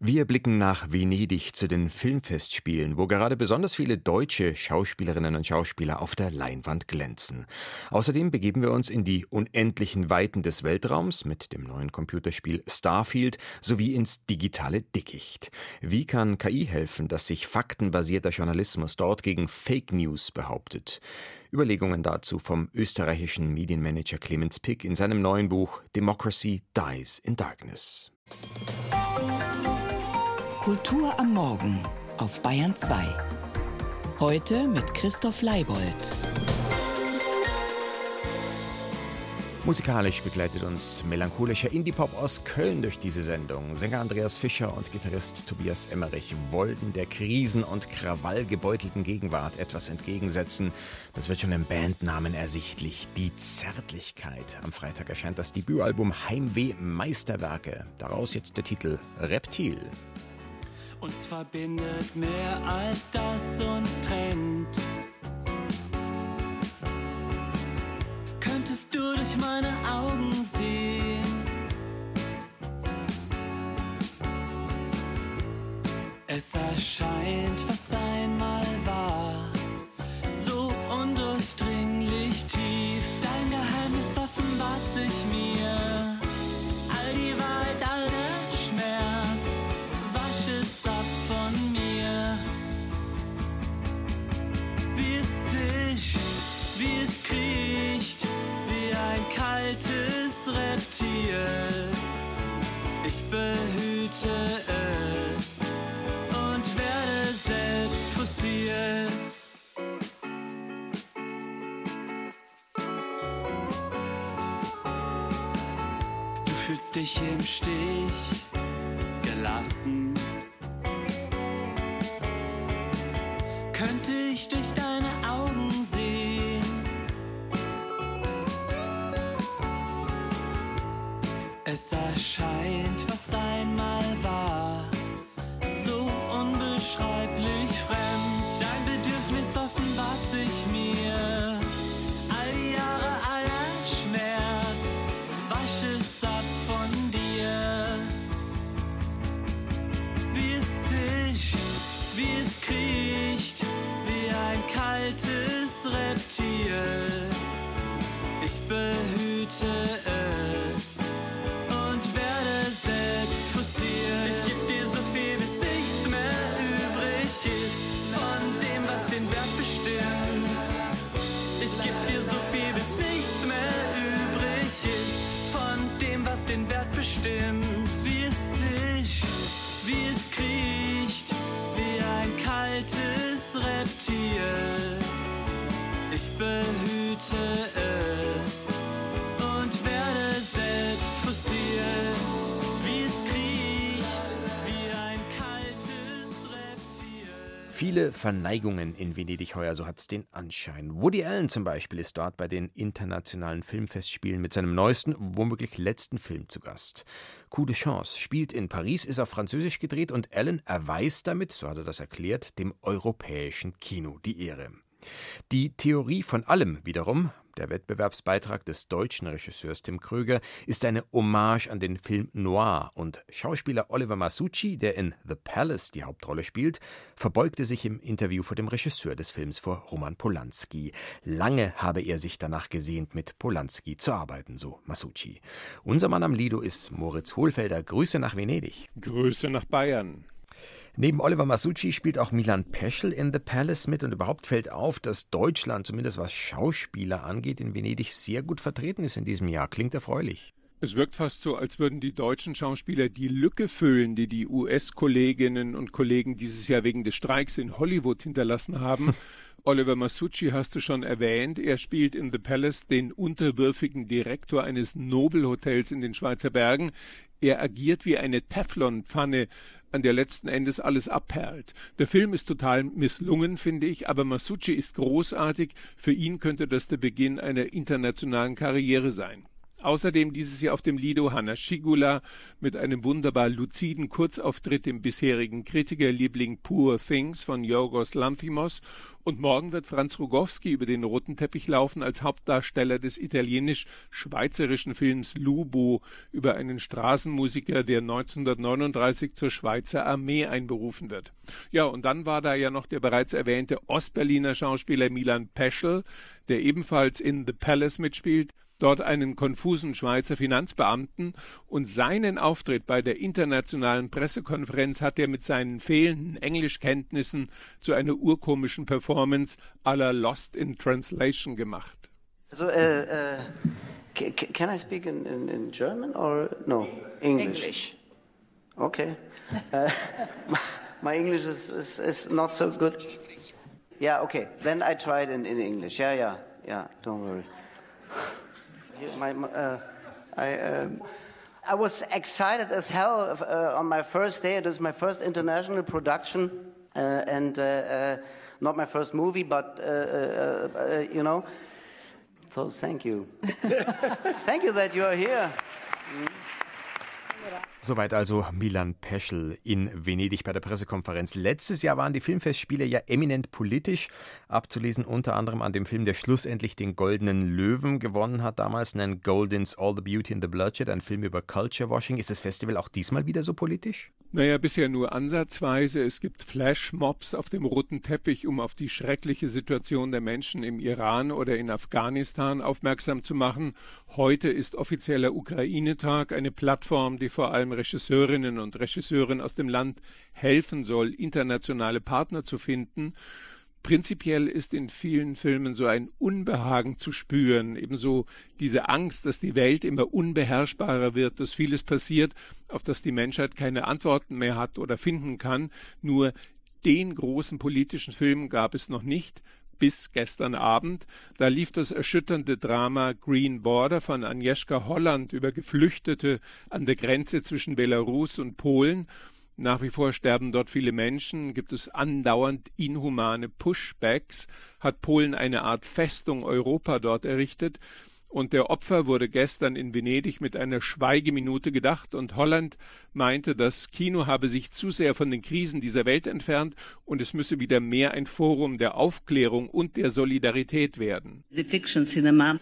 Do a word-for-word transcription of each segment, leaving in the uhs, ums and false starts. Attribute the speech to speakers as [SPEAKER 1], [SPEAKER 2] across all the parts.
[SPEAKER 1] Wir blicken nach Venedig zu den Filmfestspielen, wo gerade besonders viele deutsche Schauspielerinnen und Schauspieler auf der Leinwand glänzen. Außerdem begeben wir uns in die unendlichen Weiten des Weltraums mit dem neuen Computerspiel Starfield sowie ins digitale Dickicht. Wie kann K I helfen, dass sich faktenbasierter Journalismus dort gegen Fake News behauptet? Überlegungen dazu vom österreichischen Medienmanager Clemens Pick in seinem neuen Buch Democracy Dies in Darkness.
[SPEAKER 2] Kultur am Morgen auf Bayern zwei. Heute mit Christoph Leibold.
[SPEAKER 1] Musikalisch begleitet uns melancholischer Indie-Pop aus Köln durch diese Sendung. Sänger Andreas Fischer und Gitarrist Tobias Emmerich wollten der krisen- und krawallgebeutelten Gegenwart etwas entgegensetzen. Das wird schon im Bandnamen ersichtlich. Die Zärtlichkeit. Am Freitag erscheint das Debütalbum Heimweh Meisterwerke. Daraus jetzt der Titel Reptil.
[SPEAKER 3] Uns verbindet mehr als das uns trennt. Könntest du durch meine Augen sehen? Es erscheint, was einmal war, so undurchdringlich tief. Dein Geheimnis offenbart sich mir. All die Wahrheit, all der Schmerz, wasch es ab von mir. Wie es zischt, wie es kriecht, wie ein kaltes Reptil. Ich behüte es und werde selbst fossil. Du fühlst dich im Stich gelassen. Könnte ich durch deine Augen sehen? Es erscheint, was einmal war, so unbeschreiblich fremd. Dein Bedürfnis offenbart sich mir. All die Jahre, aller Schmerz, wasch es ab von dir. Wie es zischt, wie es kriecht, wie ein kaltes Reptil. Ich behüte es und werde selbst fossil. Ich geb dir so viel, bis nichts mehr übrig ist von dem, was den Wert bestimmt. Ich geb dir so viel, bis nichts mehr übrig ist von dem, was den Wert bestimmt. Wie es zischt, wie es kriecht, wie ein kaltes Reptil. Ich behüte es und werde selbst fossil. Wie es kriecht, wie ein kaltes Reptil.
[SPEAKER 1] Viele Verneigungen in Venedig heuer, so hat's den Anschein. Woody Allen zum Beispiel ist dort bei den internationalen Filmfestspielen mit seinem neuesten, womöglich letzten Film zu Gast. Coup de Chance spielt in Paris, ist auf Französisch gedreht und Allen erweist damit, so hat er das erklärt, dem europäischen Kino die Ehre. Die Theorie von allem wiederum, der Wettbewerbsbeitrag des deutschen Regisseurs Tim Kröger, ist eine Hommage an den Film Noir und Schauspieler Oliver Masucci, der in The Palace die Hauptrolle spielt, verbeugte sich im Interview vor dem Regisseur des Films, vor Roman Polanski. Lange habe er sich danach gesehnt, mit Polanski zu arbeiten, so Masucci. Unser Mann am Lido ist Moritz Hohlfelder. Grüße nach Venedig.
[SPEAKER 4] Grüße nach Bayern.
[SPEAKER 1] Neben Oliver Masucci spielt auch Milan Peschel in The Palace mit und überhaupt fällt auf, dass Deutschland, zumindest was Schauspieler angeht, in Venedig sehr gut vertreten ist in diesem Jahr. Klingt erfreulich.
[SPEAKER 4] Es wirkt fast so, als würden die deutschen Schauspieler die Lücke füllen, die die U S-Kolleginnen und Kollegen dieses Jahr wegen des Streiks in Hollywood hinterlassen haben. Oliver Masucci hast du schon erwähnt. Er spielt in The Palace den unterwürfigen Direktor eines Nobelhotels in den Schweizer Bergen. Er agiert wie eine Teflonpfanne, an der letzten Endes alles abperlt. Der Film ist total misslungen, finde ich, aber Masucci ist großartig. Für ihn könnte das der Beginn einer internationalen Karriere sein. Außerdem dieses Jahr auf dem Lido Hanna Schygulla mit einem wunderbar luziden Kurzauftritt im bisherigen Kritikerliebling Poor Things von Yorgos Lanthimos. Und morgen wird Franz Rogowski über den roten Teppich laufen als Hauptdarsteller des italienisch-schweizerischen Films Lubo über einen Straßenmusiker, der neunzehnhundertneununddreißig zur Schweizer Armee einberufen wird. Ja, und dann war da ja noch der bereits erwähnte Ostberliner Schauspieler Milan Peschel, der ebenfalls in The Palace mitspielt, dort einen konfusen Schweizer Finanzbeamten, und seinen Auftritt bei der internationalen Pressekonferenz hat er mit seinen fehlenden Englischkenntnissen zu einer urkomischen Performance à la Lost in Translation gemacht.
[SPEAKER 5] So, uh, uh, can I speak in, in, in German or no? English.
[SPEAKER 6] English.
[SPEAKER 5] Okay. Uh, my, my English is, is, is not so good. Yeah, okay. Then I tried in, in English. Yeah, yeah, yeah. Don't worry. My, my, uh, I, uh, I was excited as hell uh, on my first day. It is my first international production, uh, and uh, uh, not my first movie, but uh, uh, uh, you know. So thank you, thank you that you are here. Mm.
[SPEAKER 1] Soweit also Milan Peschel in Venedig bei der Pressekonferenz. Letztes Jahr waren die Filmfestspiele ja eminent politisch, abzulesen unter anderem an dem Film, der schlussendlich den Goldenen Löwen gewonnen hat, damals nennt Goldins All the Beauty and the Bloodshed, ein Film über Culture Washing. Ist das Festival auch diesmal wieder so politisch?
[SPEAKER 4] Naja, bisher nur ansatzweise. Es gibt Flashmobs auf dem roten Teppich, um auf die schreckliche Situation der Menschen im Iran oder in Afghanistan aufmerksam zu machen. Heute ist offizieller Ukraine-Tag, eine Plattform, die vor allem Regisseurinnen und Regisseuren aus dem Land helfen soll, internationale Partner zu finden. Prinzipiell ist in vielen Filmen so ein Unbehagen zu spüren, ebenso diese Angst, dass die Welt immer unbeherrschbarer wird, dass vieles passiert, auf das die Menschheit keine Antworten mehr hat oder finden kann. Nur den großen politischen Film gab es noch nicht, bis gestern Abend. Da lief das erschütternde Drama Green Border von Agnieszka Holland über Geflüchtete an der Grenze zwischen Belarus und Polen. Nach wie vor sterben dort viele Menschen, gibt es andauernd inhumane Pushbacks, hat Polen eine Art Festung Europa dort errichtet, und der Opfer wurde gestern in Venedig mit einer Schweigeminute gedacht, und Holland meinte, das Kino habe sich zu sehr von den Krisen dieser Welt entfernt und es müsse wieder mehr ein Forum der Aufklärung und der Solidarität werden.
[SPEAKER 7] Die Fiktionen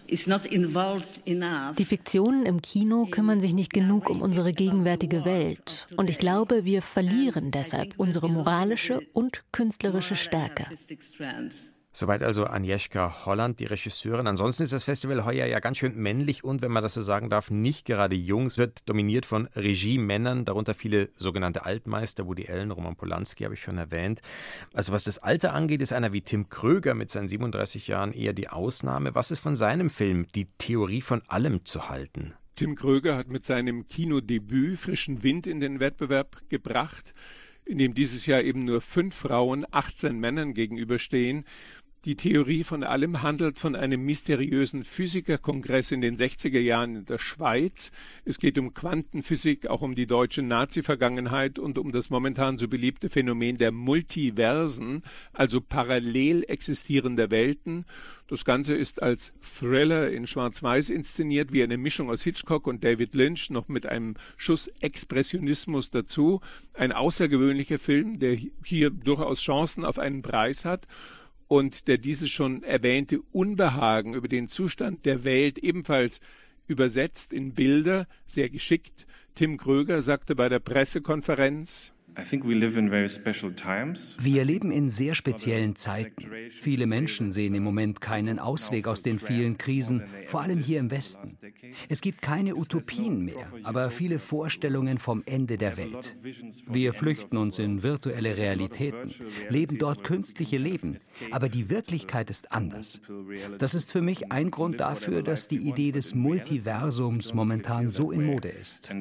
[SPEAKER 7] im Kino kümmern sich nicht genug um unsere gegenwärtige Welt, und ich glaube, wir verlieren deshalb unsere moralische und künstlerische Stärke.
[SPEAKER 1] Soweit also Agnieszka Holland, die Regisseurin. Ansonsten ist das Festival heuer ja ganz schön männlich und, wenn man das so sagen darf, nicht gerade jung. Es wird dominiert von Regiemännern, darunter viele sogenannte Altmeister, Woody Allen, Roman Polanski habe ich schon erwähnt. Also was das Alter angeht, ist einer wie Tim Kröger mit seinen siebenunddreißig Jahren eher die Ausnahme. Was ist von seinem Film Die Theorie von allem zu halten?
[SPEAKER 4] Tim Kröger hat mit seinem Kinodebüt frischen Wind in den Wettbewerb gebracht, in dem dieses Jahr eben nur fünf Frauen achtzehn Männern gegenüberstehen. Die Theorie von allem handelt von einem mysteriösen Physikerkongress in den sechziger Jahren in der Schweiz. Es geht um Quantenphysik, auch um die deutsche Nazi-Vergangenheit und um das momentan so beliebte Phänomen der Multiversen, also parallel existierender Welten. Das Ganze ist als Thriller in Schwarz-Weiß inszeniert, wie eine Mischung aus Hitchcock und David Lynch, noch mit einem Schuss Expressionismus dazu. Ein außergewöhnlicher Film, der hier durchaus Chancen auf einen Preis hat und der dieses schon erwähnte Unbehagen über den Zustand der Welt ebenfalls übersetzt in Bilder, sehr geschickt. Tim Kröger sagte bei der Pressekonferenz:
[SPEAKER 8] Wir leben in sehr speziellen Zeiten. Viele Menschen sehen im Moment keinen Ausweg aus den vielen Krisen, vor allem hier im Westen. Es gibt keine Utopien mehr, aber viele Vorstellungen vom Ende der Welt. Wir flüchten uns in virtuelle Realitäten, leben dort künstliche Leben, aber die Wirklichkeit ist anders. Das ist für mich ein Grund dafür, dass die Idee des Multiversums momentan so in Mode ist.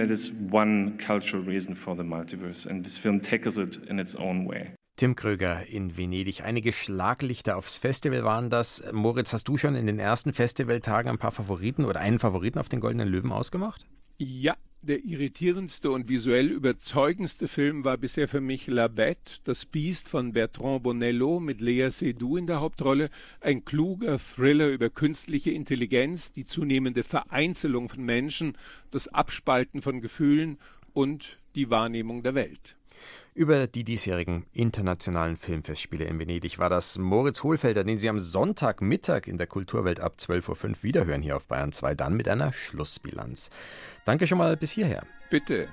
[SPEAKER 1] And this film tackles it in its own way. Tim Kröger in Venedig. Einige Schlaglichter aufs Festival waren das. Moritz, hast du schon in den ersten Festivaltagen ein paar Favoriten oder einen Favoriten auf den Goldenen Löwen ausgemacht?
[SPEAKER 4] Ja, Der irritierendste und visuell überzeugendste Film war bisher für mich La Bête, das Biest von Bertrand Bonello mit Léa Seydoux in der Hauptrolle. Ein kluger Thriller über künstliche Intelligenz, die zunehmende Vereinzelung von Menschen, das Abspalten von Gefühlen und die Wahrnehmung der Welt.
[SPEAKER 1] Über die diesjährigen internationalen Filmfestspiele in Venedig war das Moritz Hohlfelder, den Sie am Sonntagmittag in der Kulturwelt ab zwölf Uhr fünf wiederhören hier auf Bayern zwei, dann mit einer Schlussbilanz. Danke schon mal bis hierher.
[SPEAKER 4] Bitte.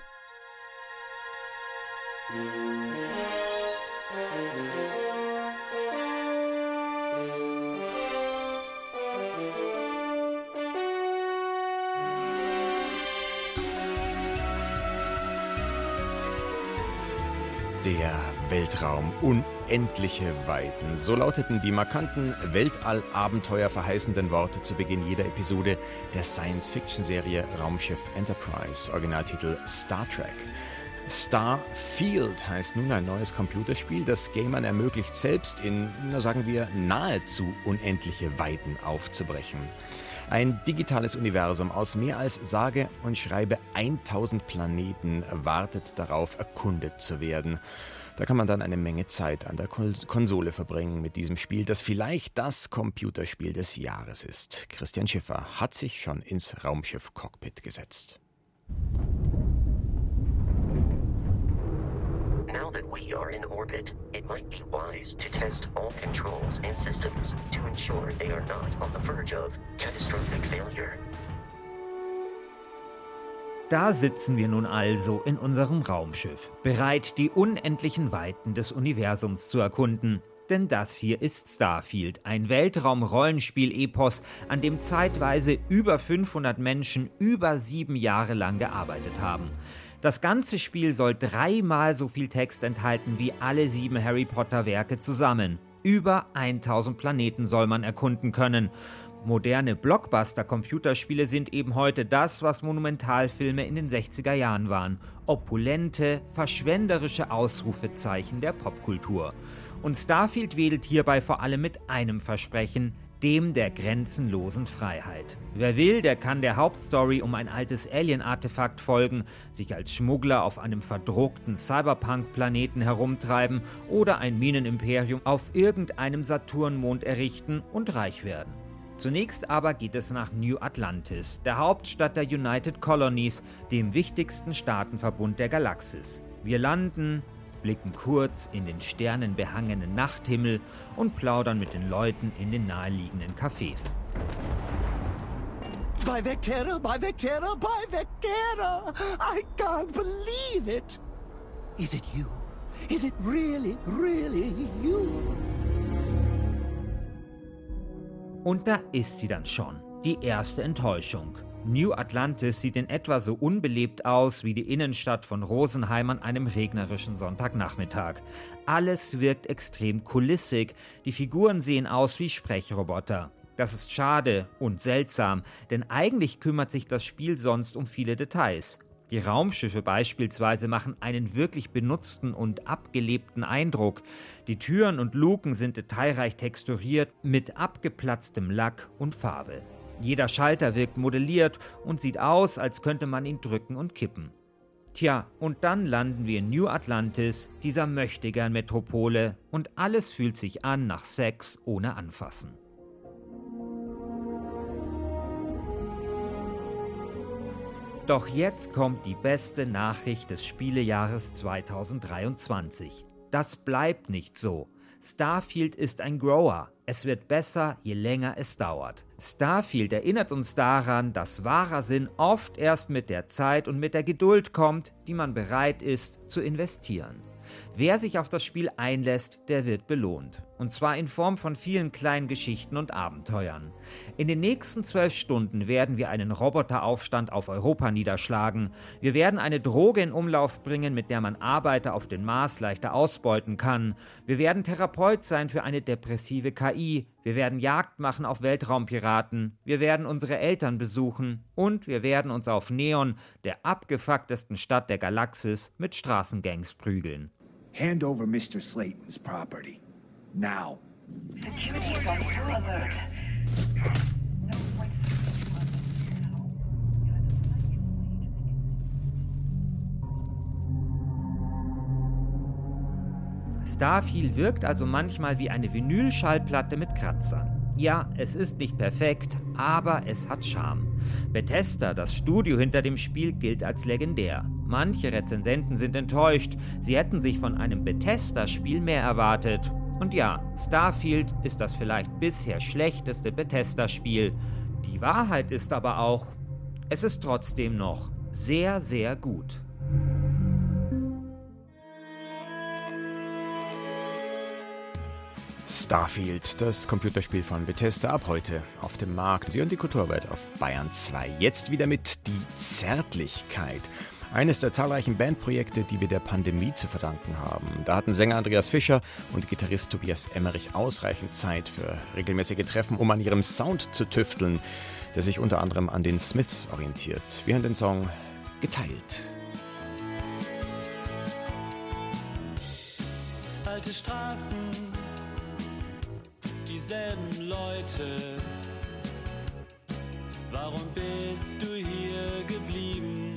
[SPEAKER 1] Der Weltraum, unendliche Weiten. So lauteten die markanten Weltall-Abenteuer verheißenden Worte zu Beginn jeder Episode der Science-Fiction-Serie Raumschiff Enterprise, Originaltitel Star Trek. Starfield heißt nun ein neues Computerspiel, das Gamern ermöglicht, selbst in, na sagen wir, nahezu unendliche Weiten aufzubrechen. Ein digitales Universum aus mehr als sage und schreibe tausend Planeten wartet darauf, erkundet zu werden. Da kann man dann eine Menge Zeit an der Konsole verbringen mit diesem Spiel, das vielleicht das Computerspiel des Jahres ist. Christian Schiffer hat sich schon ins Raumschiff-Cockpit gesetzt.
[SPEAKER 6] Now that we are in orbit, it might be wise to test all controls and systems to ensure they are not on the verge of catastrophic failure.
[SPEAKER 9] Da sitzen wir nun also in unserem Raumschiff, bereit, die unendlichen Weiten des Universums zu erkunden. Denn das hier ist Starfield, ein Weltraum-Rollenspiel-Epos, an dem zeitweise über fünfhundert Menschen über sieben Jahre lang gearbeitet haben. Das ganze Spiel soll dreimal so viel Text enthalten wie alle sieben Harry-Potter-Werke zusammen. Über tausend Planeten soll man erkunden können. Moderne Blockbuster-Computerspiele sind eben heute das, was Monumentalfilme in den sechziger Jahren waren. Opulente, verschwenderische Ausrufezeichen der Popkultur. Und Starfield wedelt hierbei vor allem mit einem Versprechen, dem der grenzenlosen Freiheit. Wer will, der kann der Hauptstory um ein altes Alien-Artefakt folgen, sich als Schmuggler auf einem verdruckten Cyberpunk-Planeten herumtreiben oder ein Minenimperium auf irgendeinem Saturnmond errichten und reich werden. Zunächst aber geht es nach New Atlantis, der Hauptstadt der United Colonies, dem wichtigsten Staatenverbund der Galaxis. Wir landen, blicken kurz in den sternenbehangenen Nachthimmel und plaudern mit den Leuten in den naheliegenden Cafés.
[SPEAKER 10] By Vectera, by Vectera, by Vectera! I can't believe it! Is it you? Is it really, really you?
[SPEAKER 9] Und da ist sie dann schon, die erste Enttäuschung. New Atlantis sieht in etwa so unbelebt aus wie die Innenstadt von Rosenheim an einem regnerischen Sonntagnachmittag. Alles wirkt extrem kulissig, die Figuren sehen aus wie Sprechroboter. Das ist schade und seltsam, denn eigentlich kümmert sich das Spiel sonst um viele Details. Die Raumschiffe beispielsweise machen einen wirklich benutzten und abgelebten Eindruck. Die Türen und Luken sind detailreich texturiert mit abgeplatztem Lack und Farbe. Jeder Schalter wirkt modelliert und sieht aus, als könnte man ihn drücken und kippen. Tja, und dann landen wir in New Atlantis, dieser Möchtegern-Metropole, und alles fühlt sich an nach Sex ohne Anfassen. Doch jetzt kommt die beste Nachricht des Spielejahres zweitausenddreiundzwanzig. Das bleibt nicht so. Starfield ist ein Grower. Es wird besser, je länger es dauert. Starfield erinnert uns daran, dass wahrer Sinn oft erst mit der Zeit und mit der Geduld kommt, die man bereit ist zu investieren. Wer sich auf das Spiel einlässt, der wird belohnt. Und zwar in Form von vielen kleinen Geschichten und Abenteuern. In den nächsten zwölf Stunden werden wir einen Roboteraufstand auf Europa niederschlagen. Wir werden eine Droge in Umlauf bringen, mit der man Arbeiter auf den Mars leichter ausbeuten kann. Wir werden Therapeut sein für eine depressive K I. Wir werden Jagd machen auf Weltraumpiraten. Wir werden unsere Eltern besuchen. Und wir werden uns auf Neon, der abgefucktesten Stadt der Galaxis, mit Straßengangs prügeln.
[SPEAKER 10] Hand over Mister Slayton's property. Now.
[SPEAKER 11] Security is on full alert. No points.
[SPEAKER 9] Starfield wirkt also manchmal wie eine Vinylschallplatte mit Kratzern. Ja, es ist nicht perfekt, aber es hat Charme. Bethesda, das Studio hinter dem Spiel, gilt als legendär. Manche Rezensenten sind enttäuscht. Sie hätten sich von einem Bethesda-Spiel mehr erwartet. Und ja, Starfield ist das vielleicht bisher schlechteste Bethesda-Spiel. Die Wahrheit ist aber auch, es ist trotzdem noch sehr, sehr gut.
[SPEAKER 1] Starfield, das Computerspiel von Bethesda, ab heute auf dem Markt. Sie hören die Kulturwelt auf Bayern zwei. Jetzt wieder mit Die Zärtlichkeit. Eines der zahlreichen Bandprojekte, die wir der Pandemie zu verdanken haben. Da hatten Sänger Andreas Fischer und Gitarrist Tobias Emmerich ausreichend Zeit für regelmäßige Treffen, um an ihrem Sound zu tüfteln, der sich unter anderem an den Smiths orientiert. Wir hören den Song Geteilt.
[SPEAKER 3] Alte Straßen, dieselben Leute. Warum bist du hier geblieben?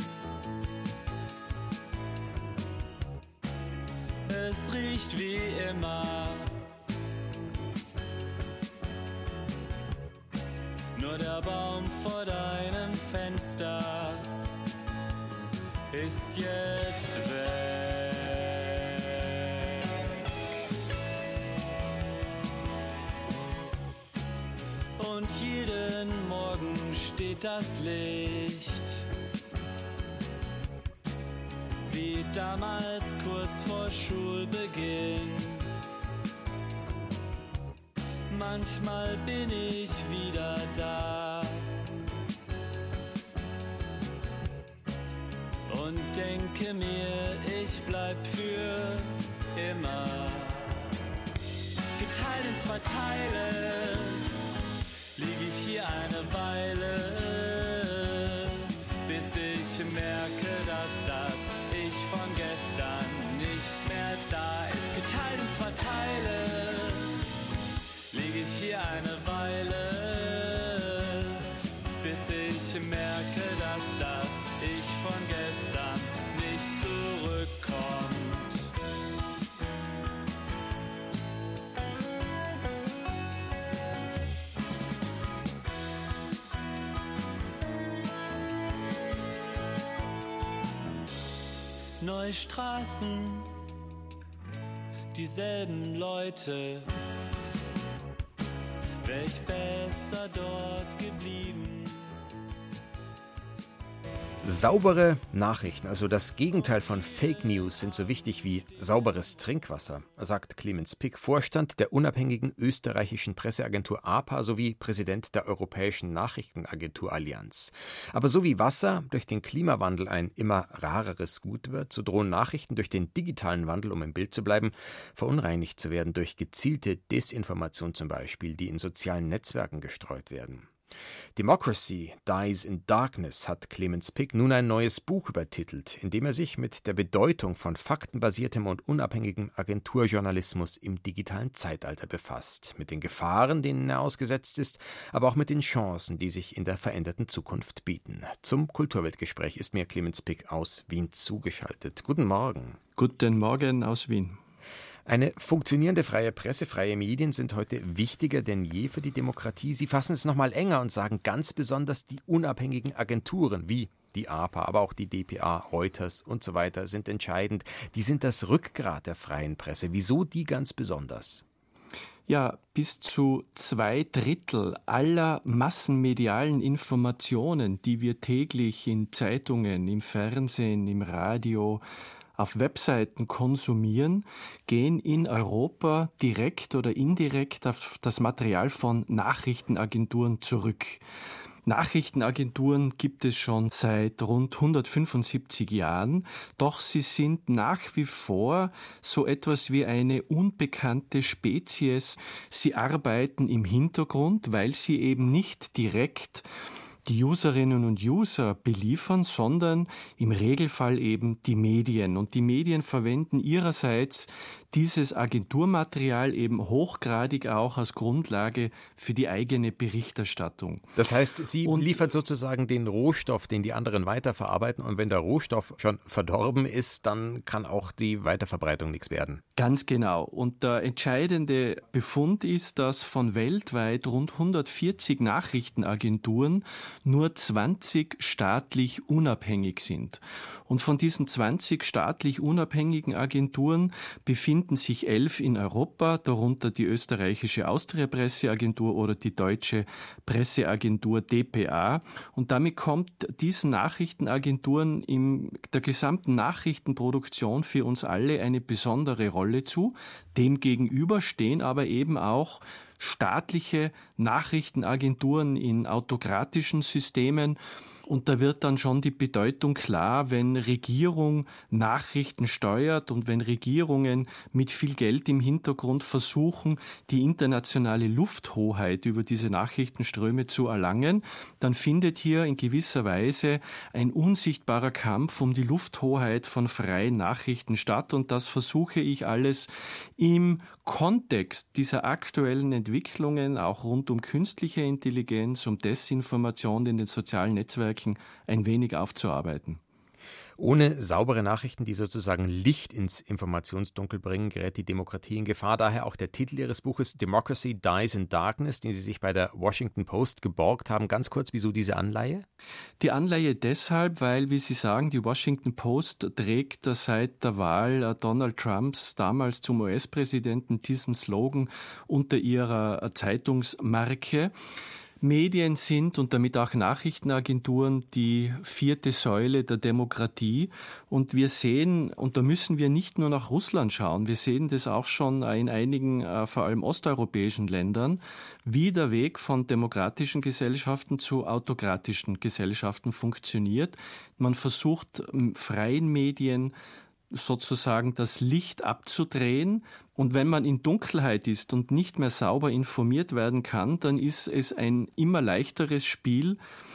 [SPEAKER 3] Es riecht wie immer. Nur der Baum vor deinem Fenster ist jetzt weg. Und jeden Morgen steht das Licht, wie damals kurz vor Schulbeginn. Manchmal bin ich wieder da und denke mir, ich bleib für immer geteilt in zwei Teile. Lieg ich hier eine Weile, bis ich merke, dass das Ich von gestern nicht mehr da ist. Geteilt in zwei Teile, lieg ich hier eine Weile, bis ich merke, dass das Ich von gestern nicht zurückkommt. Neue Straßen, dieselben Leute. Wär ich besser dort geblieben?
[SPEAKER 1] Saubere Nachrichten, also das Gegenteil von Fake News, sind so wichtig wie sauberes Trinkwasser, sagt Clemens Pick, Vorstand der unabhängigen österreichischen Presseagentur A P A sowie Präsident der Europäischen Nachrichtenagentur Allianz. Aber so wie Wasser durch den Klimawandel ein immer rareres Gut wird, so drohen Nachrichten durch den digitalen Wandel, um im Bild zu bleiben, verunreinigt zu werden durch gezielte Desinformation zum Beispiel, die in sozialen Netzwerken gestreut werden. Democracy Dies in Darkness hat Clemens Pick nun ein neues Buch übertitelt, in dem er sich mit der Bedeutung von faktenbasiertem und unabhängigem Agenturjournalismus im digitalen Zeitalter befasst, mit den Gefahren, denen er ausgesetzt ist, aber auch mit den Chancen, die sich in der veränderten Zukunft bieten. Zum Kulturweltgespräch ist mir Clemens Pick aus Wien zugeschaltet. Guten Morgen.
[SPEAKER 12] Guten Morgen aus Wien.
[SPEAKER 1] Eine funktionierende freie Presse, freie Medien sind heute wichtiger denn je für die Demokratie. Sie fassen es noch mal enger und sagen ganz besonders, die unabhängigen Agenturen wie die A P A, aber auch die D P A, Reuters und so weiter sind entscheidend. Die sind das Rückgrat der freien Presse. Wieso die ganz besonders?
[SPEAKER 12] Ja, bis zu zwei Drittel aller massenmedialen Informationen, die wir täglich in Zeitungen, im Fernsehen, im Radio, auf Webseiten konsumieren, gehen in Europa direkt oder indirekt auf das Material von Nachrichtenagenturen zurück. Nachrichtenagenturen gibt es schon seit rund hundertfünfundsiebzig Jahren, doch sie sind nach wie vor so etwas wie eine unbekannte Spezies. Sie arbeiten im Hintergrund, weil sie eben nicht direkt die Userinnen und User beliefern, sondern im Regelfall eben die Medien. Und die Medien verwenden ihrerseits dieses Agenturmaterial eben hochgradig auch als Grundlage für die eigene Berichterstattung.
[SPEAKER 1] Das heißt, Sie und liefert sozusagen den Rohstoff, den die anderen weiterverarbeiten, und wenn der Rohstoff schon verdorben ist, dann kann auch die Weiterverbreitung nichts werden.
[SPEAKER 12] Ganz genau. Und der entscheidende Befund ist, dass von weltweit rund hundertvierzig Nachrichtenagenturen nur zwanzig staatlich unabhängig sind. Und von diesen zwanzig staatlich unabhängigen Agenturen befinden sich elf in Europa, darunter die österreichische Austria-Presseagentur oder die deutsche Presseagentur D P A. Und damit kommt diesen Nachrichtenagenturen in der gesamten Nachrichtenproduktion für uns alle eine besondere Rolle zu. Demgegenüber stehen aber eben auch staatliche Nachrichtenagenturen in autokratischen Systemen. Und da wird dann schon die Bedeutung klar, wenn Regierung Nachrichten steuert und wenn Regierungen mit viel Geld im Hintergrund versuchen, die internationale Lufthoheit über diese Nachrichtenströme zu erlangen, dann findet hier in gewisser Weise ein unsichtbarer Kampf um die Lufthoheit von freien Nachrichten statt. Und das versuche ich alles im Kontext dieser aktuellen Entwicklungen, auch rund um künstliche Intelligenz, um Desinformation in den sozialen Netzwerken, ein wenig aufzuarbeiten.
[SPEAKER 1] Ohne saubere Nachrichten, die sozusagen Licht ins Informationsdunkel bringen, gerät die Demokratie in Gefahr. Daher auch der Titel Ihres Buches Democracy Dies in Darkness, den Sie sich bei der Washington Post geborgt haben. Ganz kurz, wieso diese Anleihe?
[SPEAKER 12] Die Anleihe deshalb, weil, wie Sie sagen, die Washington Post trägt seit der Wahl Donald Trumps damals zum U S-Präsidenten diesen Slogan unter ihrer Zeitungsmarke. Medien sind und damit auch Nachrichtenagenturen die vierte Säule der Demokratie. Und wir sehen, und da müssen wir nicht nur nach Russland schauen, wir sehen das auch schon in einigen, vor allem osteuropäischen Ländern, wie der Weg von demokratischen Gesellschaften zu autokratischen Gesellschaften funktioniert. Man versucht, freien Medien sozusagen das Licht abzudrehen. Und wenn man in Dunkelheit ist und nicht mehr sauber informiert werden kann, dann ist es ein immer leichteres Spiel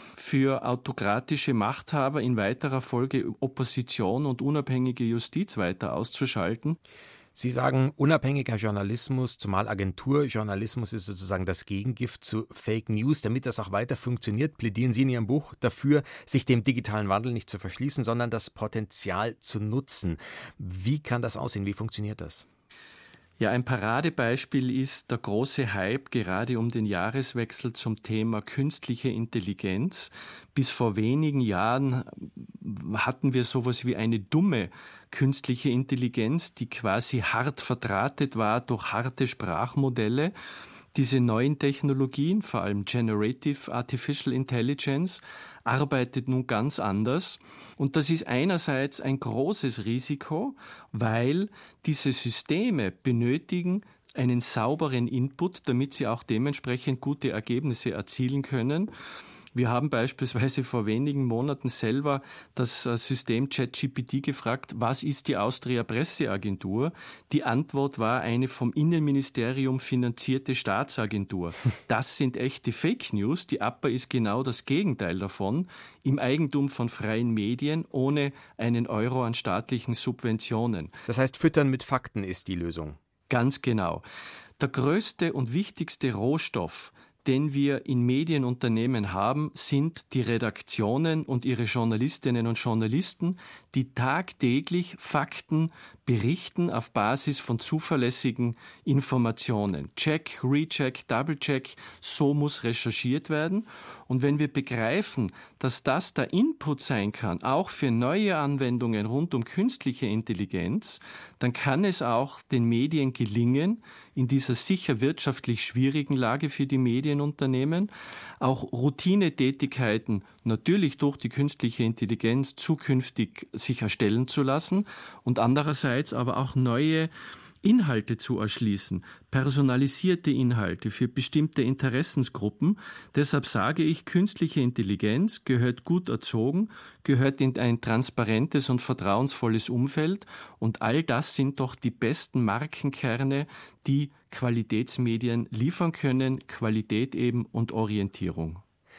[SPEAKER 12] für autokratische Machthaber, in weiterer Folge Opposition und unabhängige Justiz weiter auszuschalten.
[SPEAKER 1] Sie sagen, unabhängiger Journalismus, zumal Agenturjournalismus ist sozusagen das Gegengift zu Fake News. Damit das auch weiter funktioniert, plädieren Sie in Ihrem Buch dafür, sich dem digitalen Wandel nicht zu verschließen, sondern das Potenzial zu nutzen. Wie kann das aussehen? Wie funktioniert das?
[SPEAKER 12] Ja, ein Paradebeispiel ist der große Hype gerade um den Jahreswechsel zum Thema künstliche Intelligenz. Bis vor wenigen Jahren hatten wir sowas wie eine dumme künstliche Intelligenz, die quasi hart verdrahtet war durch harte Sprachmodelle. Diese neuen Technologien, vor allem Generative Artificial Intelligence, arbeitet nun ganz anders. Und das ist einerseits ein großes Risiko, weil diese Systeme benötigen einen sauberen Input, damit sie auch dementsprechend gute Ergebnisse erzielen können. Wir haben beispielsweise vor wenigen Monaten selber das System ChatGPT gefragt, was ist die Austria Presseagentur? Die Antwort war eine vom Innenministerium finanzierte Staatsagentur. Das sind echte Fake News. Die A P A ist genau das Gegenteil davon, im Eigentum von freien Medien, ohne einen Euro an staatlichen Subventionen.
[SPEAKER 1] Das heißt, Füttern mit Fakten ist die Lösung.
[SPEAKER 12] Ganz genau. Der größte und wichtigste Rohstoff, den wir in Medienunternehmen haben, sind die Redaktionen und ihre Journalistinnen und Journalisten, die tagtäglich Fakten berichten auf Basis von zuverlässigen Informationen. Check, Recheck, Doublecheck, so muss recherchiert werden. Und wenn wir begreifen, dass das der Input sein kann, auch für neue Anwendungen rund um künstliche Intelligenz, dann kann es auch den Medien gelingen, in dieser sicher wirtschaftlich schwierigen Lage für die Medienunternehmen, auch Routinetätigkeiten natürlich durch die künstliche Intelligenz zukünftig sich erstellen zu lassen und andererseits aber auch neue Inhalte zu erschließen, personalisierte Inhalte für bestimmte Interessensgruppen. Deshalb sage ich, künstliche Intelligenz gehört gut erzogen, gehört in ein transparentes und vertrauensvolles Umfeld und all das sind doch die besten Markenkerne, die Qualitätsmedien liefern können, Qualität eben und Orientierung.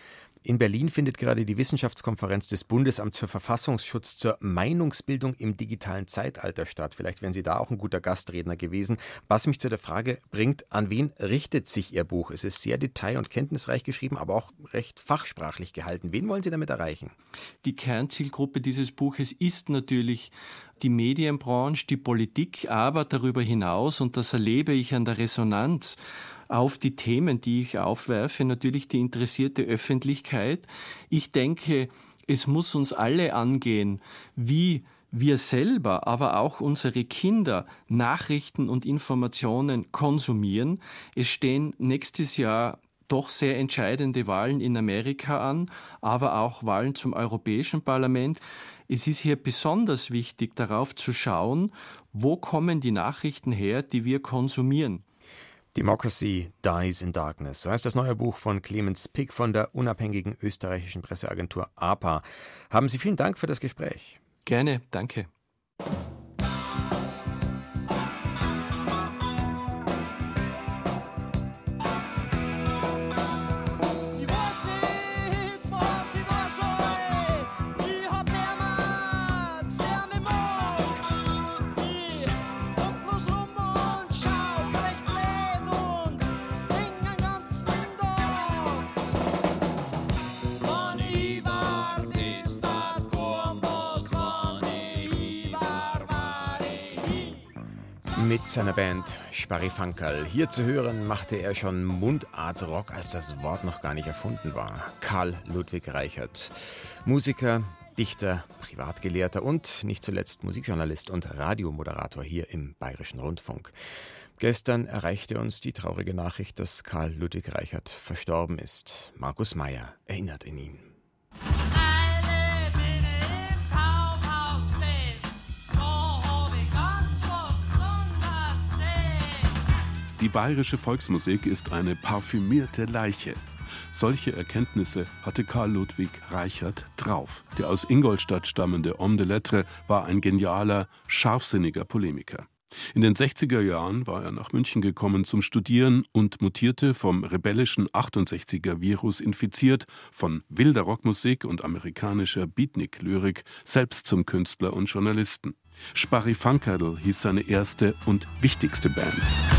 [SPEAKER 1] In Berlin findet gerade die Wissenschaftskonferenz des Bundesamts für Verfassungsschutz zur Meinungsbildung im digitalen Zeitalter statt. Vielleicht wären Sie da auch ein guter Gastredner gewesen. Was mich zu der Frage bringt, an wen richtet sich Ihr Buch? Es ist sehr detail- und kenntnisreich geschrieben, aber auch recht fachsprachlich gehalten. Wen wollen Sie damit erreichen?
[SPEAKER 12] Die Kernzielgruppe dieses Buches ist natürlich die Medienbranche, die Politik, aber darüber hinaus, und das erlebe ich an der Resonanz auf die Themen, die ich aufwerfe, natürlich die interessierte Öffentlichkeit. Ich denke, es muss uns alle angehen, wie wir selber, aber auch unsere Kinder Nachrichten und Informationen konsumieren. Es stehen nächstes Jahr doch sehr entscheidende Wahlen in Amerika an, aber auch Wahlen zum Europäischen Parlament. Es ist hier besonders wichtig, darauf zu schauen, wo kommen die Nachrichten her, die wir konsumieren.
[SPEAKER 1] Democracy Dies in Darkness, so heißt das neue Buch von Clemens Pick von der unabhängigen österreichischen Presseagentur A P A. Haben Sie vielen Dank für das Gespräch.
[SPEAKER 12] Gerne, danke.
[SPEAKER 1] Mit seiner Band Sparrifankerl. Hier zu hören machte er schon Mundart-Rock, als das Wort noch gar nicht erfunden war. Karl Ludwig Reichert. Musiker, Dichter, Privatgelehrter und nicht zuletzt Musikjournalist und Radiomoderator hier im Bayerischen Rundfunk. Gestern erreichte uns die traurige Nachricht, dass Karl Ludwig Reichert verstorben ist. Markus Meyer erinnert in ihn.
[SPEAKER 13] Die bayerische Volksmusik ist eine parfümierte Leiche. Solche Erkenntnisse hatte Karl Ludwig Reichert drauf. Der aus Ingolstadt stammende Homme de Lettres war ein genialer, scharfsinniger Polemiker. In den sechziger Jahren war er nach München gekommen zum Studieren und mutierte, vom rebellischen achtundsechziger-Virus infiziert, von wilder Rockmusik und amerikanischer Beatnik-Lyrik selbst zum Künstler und Journalisten. Sparrifankerl hieß seine erste und wichtigste Band.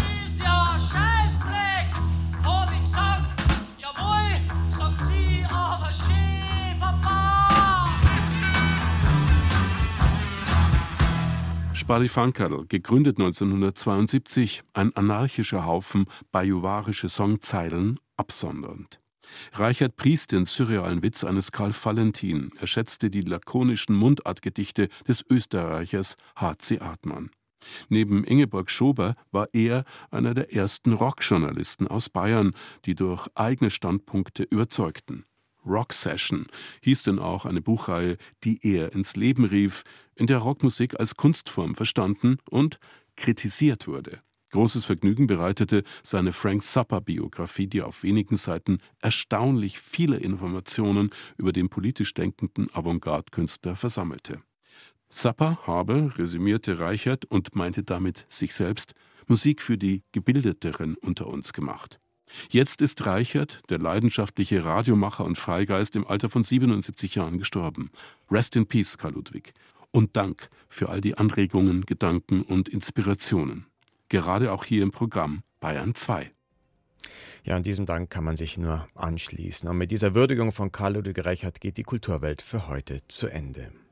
[SPEAKER 13] Sparrifankerl, gegründet neunzehnhundertzweiundsiebzig, ein anarchischer Haufen bajuwarische Songzeilen absondernd. Reichert pries den surrealen Witz eines Karl Valentin. Er schätzte die lakonischen Mundartgedichte des Österreichers H C Artmann. Neben Ingeborg Schober war er einer der ersten Rockjournalisten aus Bayern, die durch eigene Standpunkte überzeugten. Rock Session hieß denn auch eine Buchreihe, die er ins Leben rief, in der Rockmusik als Kunstform verstanden und kritisiert wurde. Großes Vergnügen bereitete seine Frank Zappa-Biografie, die auf wenigen Seiten erstaunlich viele Informationen über den politisch denkenden Avantgarde-Künstler versammelte. Zappa habe, resümierte Reichert und meinte damit sich selbst, Musik für die Gebildeteren unter uns gemacht. Jetzt ist Reichert, der leidenschaftliche Radiomacher und Freigeist, im Alter von siebenundsiebzig Jahren gestorben. Rest in Peace, Karl Ludwig. Und Dank für all die Anregungen, Gedanken und Inspirationen. Gerade auch hier im Programm Bayern zwei.
[SPEAKER 1] Ja, an diesem Dank kann man sich nur anschließen. Und mit dieser Würdigung von Karl Ludwig Reichert geht die Kulturwelt für heute zu Ende.